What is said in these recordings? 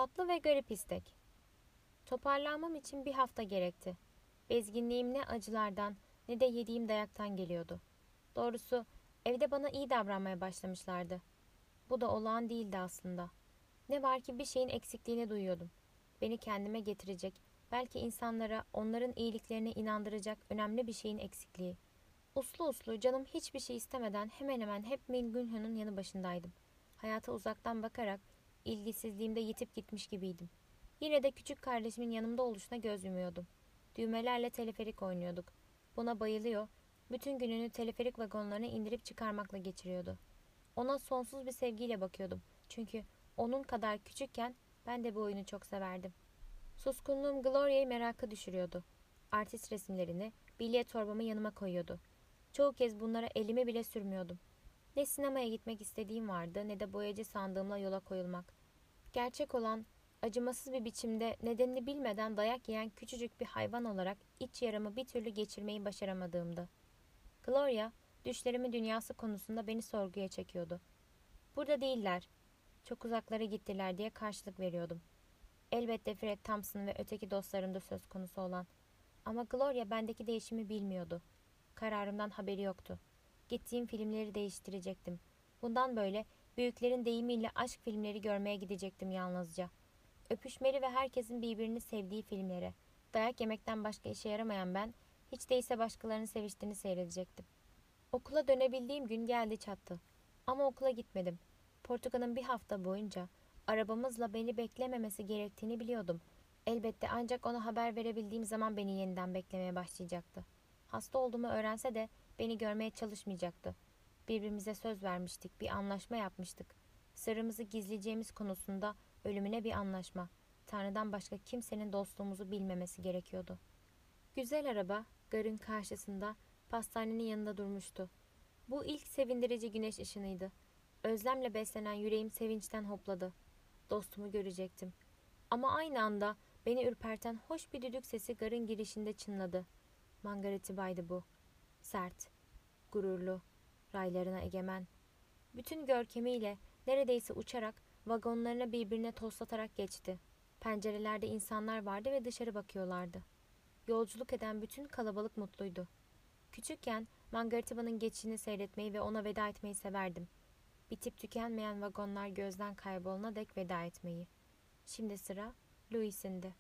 Tatlı ve garip istek. Toparlanmam için bir hafta gerekti. Bezginliğim ne acılardan ne de yediğim dayaktan geliyordu. Doğrusu evde bana iyi davranmaya başlamışlardı. Bu da olağan değildi aslında. Ne var ki bir şeyin eksikliğini duyuyordum. Beni kendime getirecek, belki insanlara onların iyiliklerine inandıracak önemli bir şeyin eksikliği. Uslu uslu canım hiçbir şey istemeden hemen hemen hep Mingünho'nun yanı başındaydım. Hayata uzaktan bakarak ilgisizliğimde yitip gitmiş gibiydim. Yine de küçük kardeşimin yanımda oluşuna göz yumuyordum. Düğmelerle teleferik oynuyorduk. Buna bayılıyor, bütün gününü teleferik vagonlarına indirip çıkarmakla geçiriyordu. Ona sonsuz bir sevgiyle bakıyordum. Çünkü onun kadar küçükken ben de bu oyunu çok severdim. Suskunluğum Gloria'yı meraka düşürüyordu. Artist resimlerini, bilye torbamı yanıma koyuyordu. Çoğu kez bunlara elimi bile sürmüyordum. Ne sinemaya gitmek istediğim vardı ne de boyacı sandığımla yola koyulmak. Gerçek olan, acımasız bir biçimde nedenini bilmeden dayak yiyen küçücük bir hayvan olarak iç yaramı bir türlü geçirmeyi başaramadığımdı. Gloria, düşlerimin dünyası konusunda beni sorguya çekiyordu. Burada değiller, çok uzaklara gittiler diye karşılık veriyordum. Elbette Fred Thompson ve öteki dostlarımda söz konusu olan. Ama Gloria bendeki değişimi bilmiyordu. Kararımdan haberi yoktu. Gittiğim filmleri değiştirecektim. Bundan böyle büyüklerin deyimiyle aşk filmleri görmeye gidecektim yalnızca. Öpüşmeli ve herkesin birbirini sevdiği filmlere. Dayak yemekten başka işe yaramayan ben, hiç değilse başkalarının seviştiğini seyredecektim. Okula dönebildiğim gün geldi çattı. Ama okula gitmedim. Portaka'nın bir hafta boyunca arabamızla beni beklememesi gerektiğini biliyordum. Elbette ancak ona haber verebildiğim zaman beni yeniden beklemeye başlayacaktı. Hasta olduğumu öğrense de beni görmeye çalışmayacaktı. Birbirimize söz vermiştik, bir anlaşma yapmıştık. Sırrımızı gizleyeceğimiz konusunda ölümüne bir anlaşma. Tanrı'dan başka kimsenin dostluğumuzu bilmemesi gerekiyordu. Güzel araba, garın karşısında, pastanenin yanında durmuştu. Bu ilk sevindirici güneş ışınıydı. Özlemle beslenen yüreğim sevinçten hopladı. Dostumu görecektim. Ama aynı anda beni ürperten hoş bir düdük sesi garın girişinde çınladı. Margaret Bay'dı bu. Sert, gururlu, raylarına egemen. Bütün görkemiyle neredeyse uçarak vagonlarına birbirine toslatarak geçti. Pencerelerde insanlar vardı ve dışarı bakıyorlardı. Yolculuk eden bütün kalabalık mutluydu. Küçükken Mangaritiba'nın geçişini seyretmeyi ve ona veda etmeyi severdim. Bitip tükenmeyen vagonlar gözden kaybolana dek veda etmeyi. Şimdi sıra Louis'indi.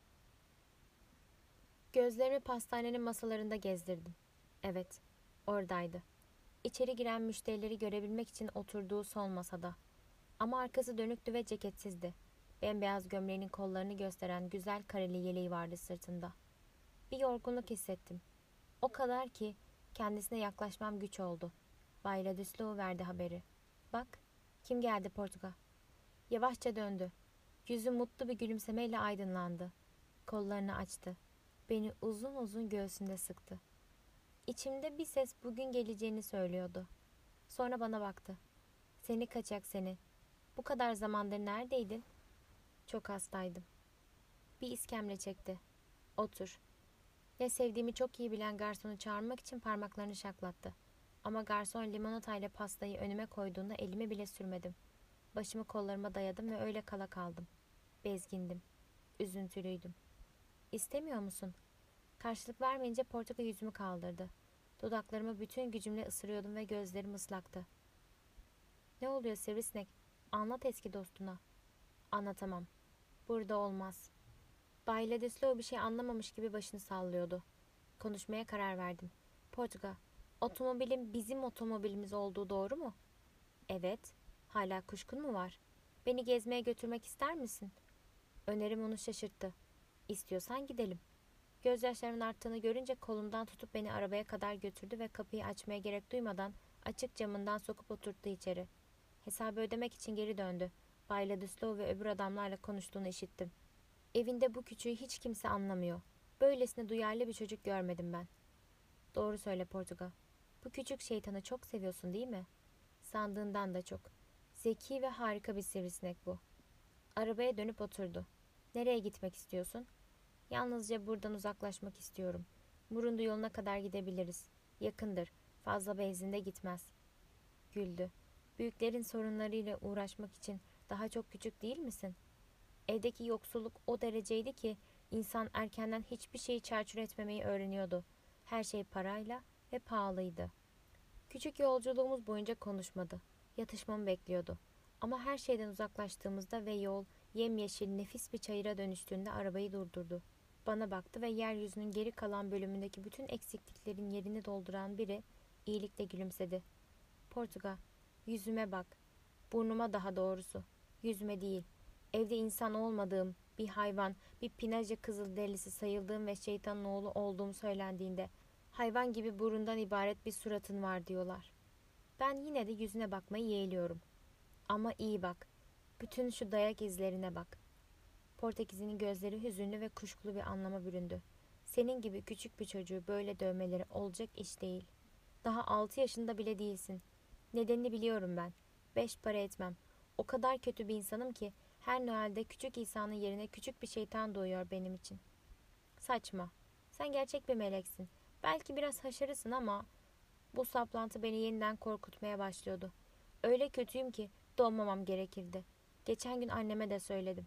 Gözlerimi pastanenin masalarında gezdirdim. Evet, oradaydı. İçeri giren müşterileri görebilmek için oturduğu son masada. Ama arkası dönüktü ve ceketsizdi. Bembeyaz gömleğinin kollarını gösteren güzel kareli yeleği vardı sırtında. Bir yorgunluk hissettim. O kadar ki kendisine yaklaşmam güç oldu. Bay Ladislau verdi haberi. Bak, kim geldi Portugal. Yavaşça döndü. Yüzü mutlu bir gülümsemeyle aydınlandı. Kollarını açtı. Beni uzun uzun göğsünde sıktı. İçimde bir ses bugün geleceğini söylüyordu. Sonra bana baktı. Seni kaçak seni. Bu kadar zamandır neredeydin? Çok hastaydım. Bir iskemle çekti. Otur. Ne sevdiğimi çok iyi bilen garsonu çağırmak için parmaklarını şaklattı. Ama garson limonatayla pastayı önüme koyduğunda elimi bile sürmedim. Başımı kollarıma dayadım ve öyle kala kaldım. Bezgindim. Üzüntülüydüm. İstemiyor musun? Karşılık vermeyince Portakal yüzümü kaldırdı. Dudaklarımı bütün gücümle ısırıyordum ve gözlerim ıslaktı. Ne oluyor sivrisinek? Anlat eski dostuna. Anlatamam. Burada olmaz. Bay Ladislau bir şey anlamamış gibi başını sallıyordu. Konuşmaya karar verdim. Portakal, otomobilin bizim otomobilimiz olduğu doğru mu? Evet. Hala kuşkun mu var? Beni gezmeye götürmek ister misin? Önerim onu şaşırttı. İstiyorsan gidelim. Gözyaşlarımın arttığını görünce kolumdan tutup beni arabaya kadar götürdü ve kapıyı açmaya gerek duymadan açık camından sokup oturttu içeri. Hesabı ödemek için geri döndü. Bay Ladislau ve öbür adamlarla konuştuğunu işittim. Evinde bu küçüğü hiç kimse anlamıyor. Böylesine duyarlı bir çocuk görmedim ben. Doğru söyle Portugal. Bu küçük şeytanı çok seviyorsun değil mi? Sandığından da çok. Zeki ve harika bir sivrisinek bu. Arabaya dönüp oturdu. Nereye gitmek istiyorsun? Yalnızca buradan uzaklaşmak istiyorum. Murundu yoluna kadar gidebiliriz. Yakındır. Fazla benzinde gitmez. Güldü. Büyüklerin sorunlarıyla uğraşmak için daha çok küçük değil misin? Evdeki yoksulluk o dereceydi ki insan erkenden hiçbir şeyi çarçur etmemeyi öğreniyordu. Her şey parayla ve pahalıydı. Küçük yolculuğumuz boyunca konuşmadı. Yatışmamı bekliyordu. Ama her şeyden uzaklaştığımızda ve yol yemyeşil nefis bir çayıra dönüştüğünde arabayı durdurdu. Bana baktı ve yeryüzünün geri kalan bölümündeki bütün eksikliklerin yerini dolduran biri iyilikle gülümsedi. Portuga, yüzüme bak. Burnuma daha doğrusu. Yüzüme değil. Evde insan olmadığım, bir hayvan, bir Pinaja Kızılderilisi sayıldığım ve şeytanın oğlu olduğum söylendiğinde hayvan gibi burundan ibaret bir suratın var diyorlar. Ben yine de yüzüne bakmayı yeğliyorum. Ama iyi bak. Bütün şu dayak izlerine bak. Portekiz'in gözleri hüzünlü ve kuşkulu bir anlama büründü. Senin gibi küçük bir çocuğu böyle dövmeleri olacak iş değil. Daha 6 yaşında bile değilsin. Nedenini biliyorum ben. 5 para etmem. O kadar kötü bir insanım ki her Noel'de küçük İsa'nın yerine küçük bir şeytan doğuyor benim için. Saçma. Sen gerçek bir meleksin. Belki biraz haşarısın ama bu saplantı beni yeniden korkutmaya başlıyordu. Öyle kötüyüm ki doğmamam gerekirdi. Geçen gün anneme de söyledim.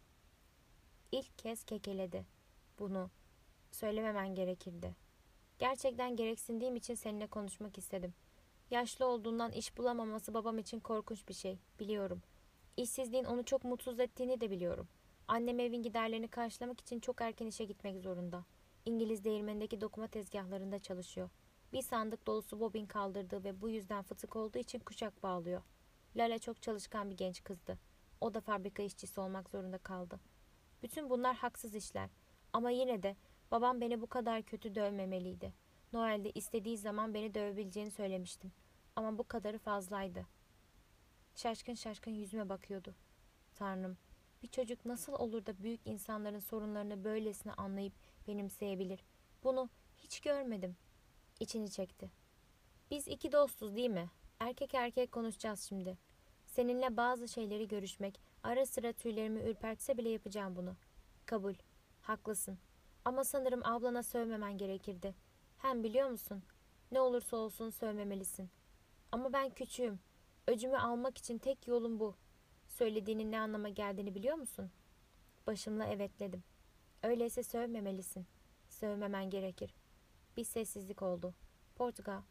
İlk kez kekeledi. Bunu söylememen gerekirdi. Gerçekten gereksindiğim için seninle konuşmak istedim. Yaşlı olduğundan iş bulamaması babam için korkunç bir şey. Biliyorum. İşsizliğin onu çok mutsuz ettiğini de biliyorum. Annem evin giderlerini karşılamak için çok erken işe gitmek zorunda. İngiliz değirmenindeki dokuma tezgahlarında çalışıyor. Bir sandık dolusu bobin kaldırdığı ve bu yüzden fıtık olduğu için kuşak bağlıyor. Lala çok çalışkan bir genç kızdı. O da fabrika işçisi olmak zorunda kaldı. Bütün bunlar haksız işler. Ama yine de babam beni bu kadar kötü dövmemeliydi. Noel'de istediği zaman beni dövebileceğini söylemiştim. Ama bu kadarı fazlaydı. Şaşkın şaşkın yüzüme bakıyordu. Tanrım, bir çocuk nasıl olur da büyük insanların sorunlarını böylesine anlayıp benimseyebilir? Bunu hiç görmedim. İçini çekti. Biz iki dostuz değil mi? Erkek erkek konuşacağız şimdi. Seninle bazı şeyleri görüşmek, ara sıra tüylerimi ürpertse bile yapacağım bunu. Kabul. Haklısın. Ama sanırım ablana sövmemen gerekirdi. Hem biliyor musun? Ne olursa olsun sövmemelisin. Ama ben küçüğüm. Öcümü almak için tek yolum bu. Söylediğinin ne anlama geldiğini biliyor musun? Başımla evetledim. Öyleyse sövmemelisin. Sövmemen gerekir. Bir sessizlik oldu. Portugal.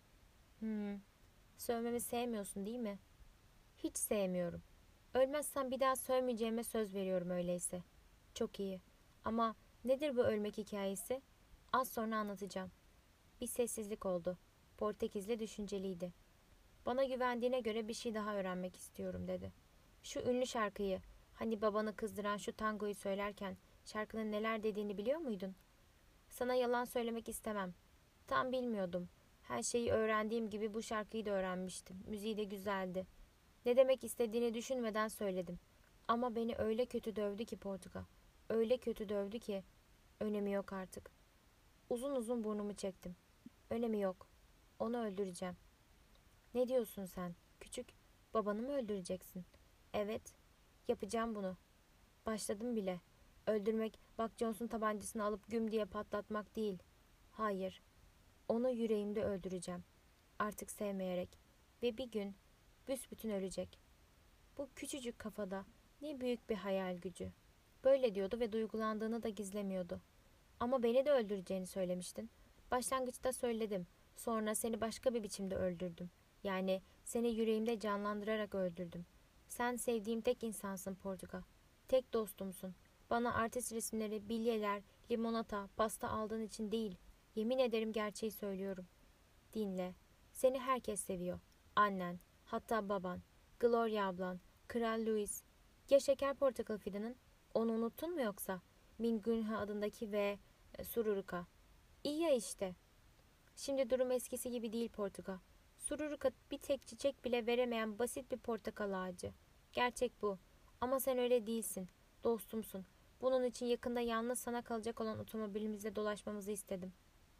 Sövmemi sevmiyorsun değil mi? Hiç sevmiyorum. Ölmezsem bir daha sövmeyeceğime söz veriyorum öyleyse. Çok iyi. Ama nedir bu ölmek hikayesi? Az sonra anlatacağım. Bir sessizlik oldu. Portekizli düşünceliydi. Bana güvendiğine göre bir şey daha öğrenmek istiyorum dedi. Şu ünlü şarkıyı, hani babanı kızdıran şu tangoyu söylerken şarkının neler dediğini biliyor muydun? Sana yalan söylemek istemem. Tam bilmiyordum. Her şeyi öğrendiğim gibi bu şarkıyı da öğrenmiştim. Müziği de güzeldi. Ne demek istediğini düşünmeden söyledim. Ama beni öyle kötü dövdü ki Portugal. Öyle kötü dövdü ki önemi yok artık. Uzun uzun burnumu çektim. Önemi yok. Onu öldüreceğim. Ne diyorsun sen? Küçük, babanı mı öldüreceksin? Evet, yapacağım bunu. Başladım bile. Öldürmek, Buck Jones'un tabancasını alıp güm diye patlatmak değil. Hayır, onu yüreğimde öldüreceğim. Artık sevmeyerek. Ve bir gün büsbütün ölecek. Bu küçücük kafada ne büyük bir hayal gücü. Böyle diyordu ve duygulandığını da gizlemiyordu. Ama beni de öldüreceğini söylemiştin. Başlangıçta söyledim. Sonra seni başka bir biçimde öldürdüm. Yani seni yüreğimde canlandırarak öldürdüm. Sen sevdiğim tek insansın Portugal. Tek dostumsun. Bana artist resimleri, bilyeler, limonata, pasta aldığın için değil. Yemin ederim gerçeği söylüyorum. Dinle. Seni herkes seviyor. Annen, hatta baban, Gloria ablan, Kral Louis. Ya şeker portakal fidanın? Onu unuttun mu yoksa? Mingunha adındaki ve Sururuka. İyi ya işte. Şimdi durum eskisi gibi değil Portugal. Sururuka bir tek çiçek bile veremeyen basit bir portakal ağacı. Gerçek bu. Ama sen öyle değilsin. Dostumsun. Bunun için yakında yalnız sana kalacak olan otomobilimizle dolaşmamızı istedim.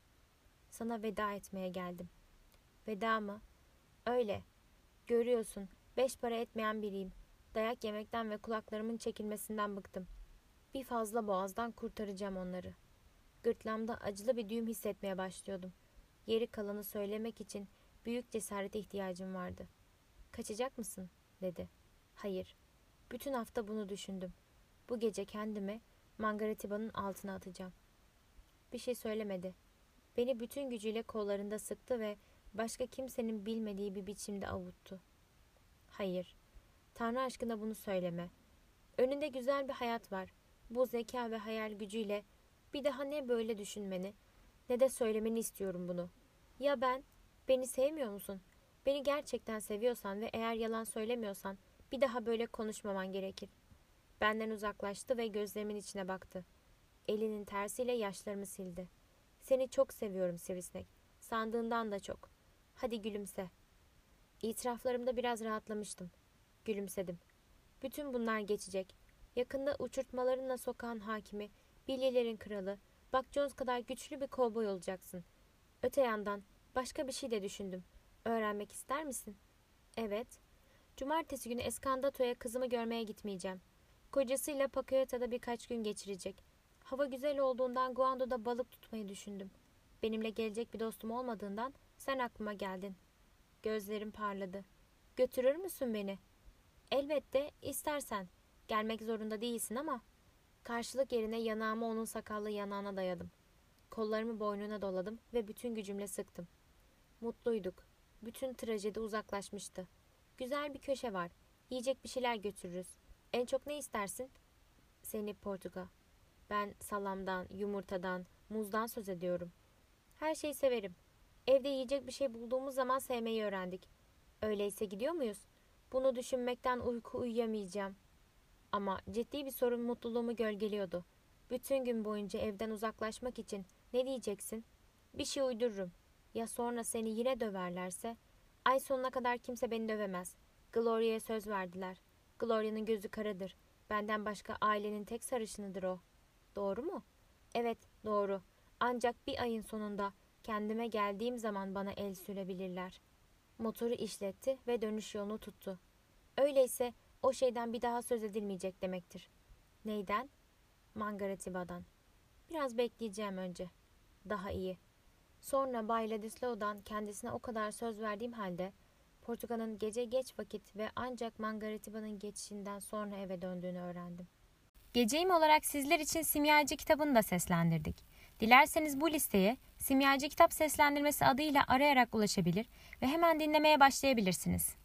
Sana veda etmeye geldim. Veda mı? Öyle. Görüyorsun, 5 para etmeyen biriyim. Dayak yemekten ve kulaklarımın çekilmesinden bıktım. Bir fazla boğazdan kurtaracağım onları. Gırtlağımda acılı bir düğüm hissetmeye başlıyordum. Geri kalanı söylemek için büyük cesarete ihtiyacım vardı. Kaçacak mısın? Dedi. Hayır. Bütün hafta bunu düşündüm. Bu gece kendimi Mangaretiba'nın altına atacağım. Bir şey söylemedi. Beni bütün gücüyle kollarında sıktı ve başka kimsenin bilmediği bir biçimde avuttu. Hayır, Tanrı aşkına bunu söyleme. Önünde güzel bir hayat var. Bu zeka ve hayal gücüyle bir daha ne böyle düşünmeni ne de söylemeni istiyorum bunu. Ya ben? Beni sevmiyor musun? Beni gerçekten seviyorsan ve eğer yalan söylemiyorsan bir daha böyle konuşmaman gerekir. Benden uzaklaştı ve gözlerimin içine baktı. Elinin tersiyle yaşlarımı sildi. Seni çok seviyorum sivrisinek. Sandığından da çok. Hadi gülümse. İtiraflarımda biraz rahatlamıştım. Gülümsedim. Bütün bunlar geçecek. Yakında uçurtmalarınla sokağın hakimi, bilyelerin kralı, Buck Jones kadar güçlü bir kovboy olacaksın. Öte yandan başka bir şey de düşündüm. Öğrenmek ister misin? Evet. Cumartesi günü Eskandato'ya kızımı görmeye gitmeyeceğim. Kocasıyla Pacoyota'da birkaç gün geçirecek. Hava güzel olduğundan Guando'da balık tutmayı düşündüm. Benimle gelecek bir dostum olmadığından sen aklıma geldin. Gözlerim parladı. Götürür müsün beni? Elbette, istersen. Gelmek zorunda değilsin ama. Karşılık yerine yanağımı onun sakallı yanağına dayadım. Kollarımı boynuna doladım ve bütün gücümle sıktım. Mutluyduk. Bütün trajedi uzaklaşmıştı. Güzel bir köşe var. Yiyecek bir şeyler götürürüz. En çok ne istersin? Seni Portuga. Ben salamdan, yumurtadan, muzdan söz ediyorum. Her şeyi severim. Evde yiyecek bir şey bulduğumuz zaman sevmeyi öğrendik. Öyleyse gidiyor muyuz? Bunu düşünmekten uyku uyuyamayacağım. Ama ciddi bir sorun mutluluğumu gölgeliyordu. Bütün gün boyunca evden uzaklaşmak için ne diyeceksin? Bir şey uydururum. Ya sonra seni yine döverlerse? Ay sonuna kadar kimse beni dövemez. Gloria'ya söz verdiler. Gloria'nın gözü karadır. Benden başka ailenin tek sarışınıdır o. Doğru mu? Evet, doğru. Ancak bir ayın sonunda kendime geldiğim zaman bana el sürebilirler. Motoru işletti ve dönüş yolunu tuttu. Öyleyse o şeyden bir daha söz edilmeyecek demektir. Neyden? Mangaretiba'dan. Biraz bekleyeceğim önce. Daha iyi. Sonra Bay Ladislaw'dan kendisine o kadar söz verdiğim halde Portuga'nın gece geç vakit ve ancak Mangaretiba'nın geçişinden sonra eve döndüğünü öğrendim. Geceyim olarak sizler için Simyacı kitabını da seslendirdik. Dilerseniz bu listeye Simyacı kitap seslendirmesi adıyla arayarak ulaşabilir ve hemen dinlemeye başlayabilirsiniz.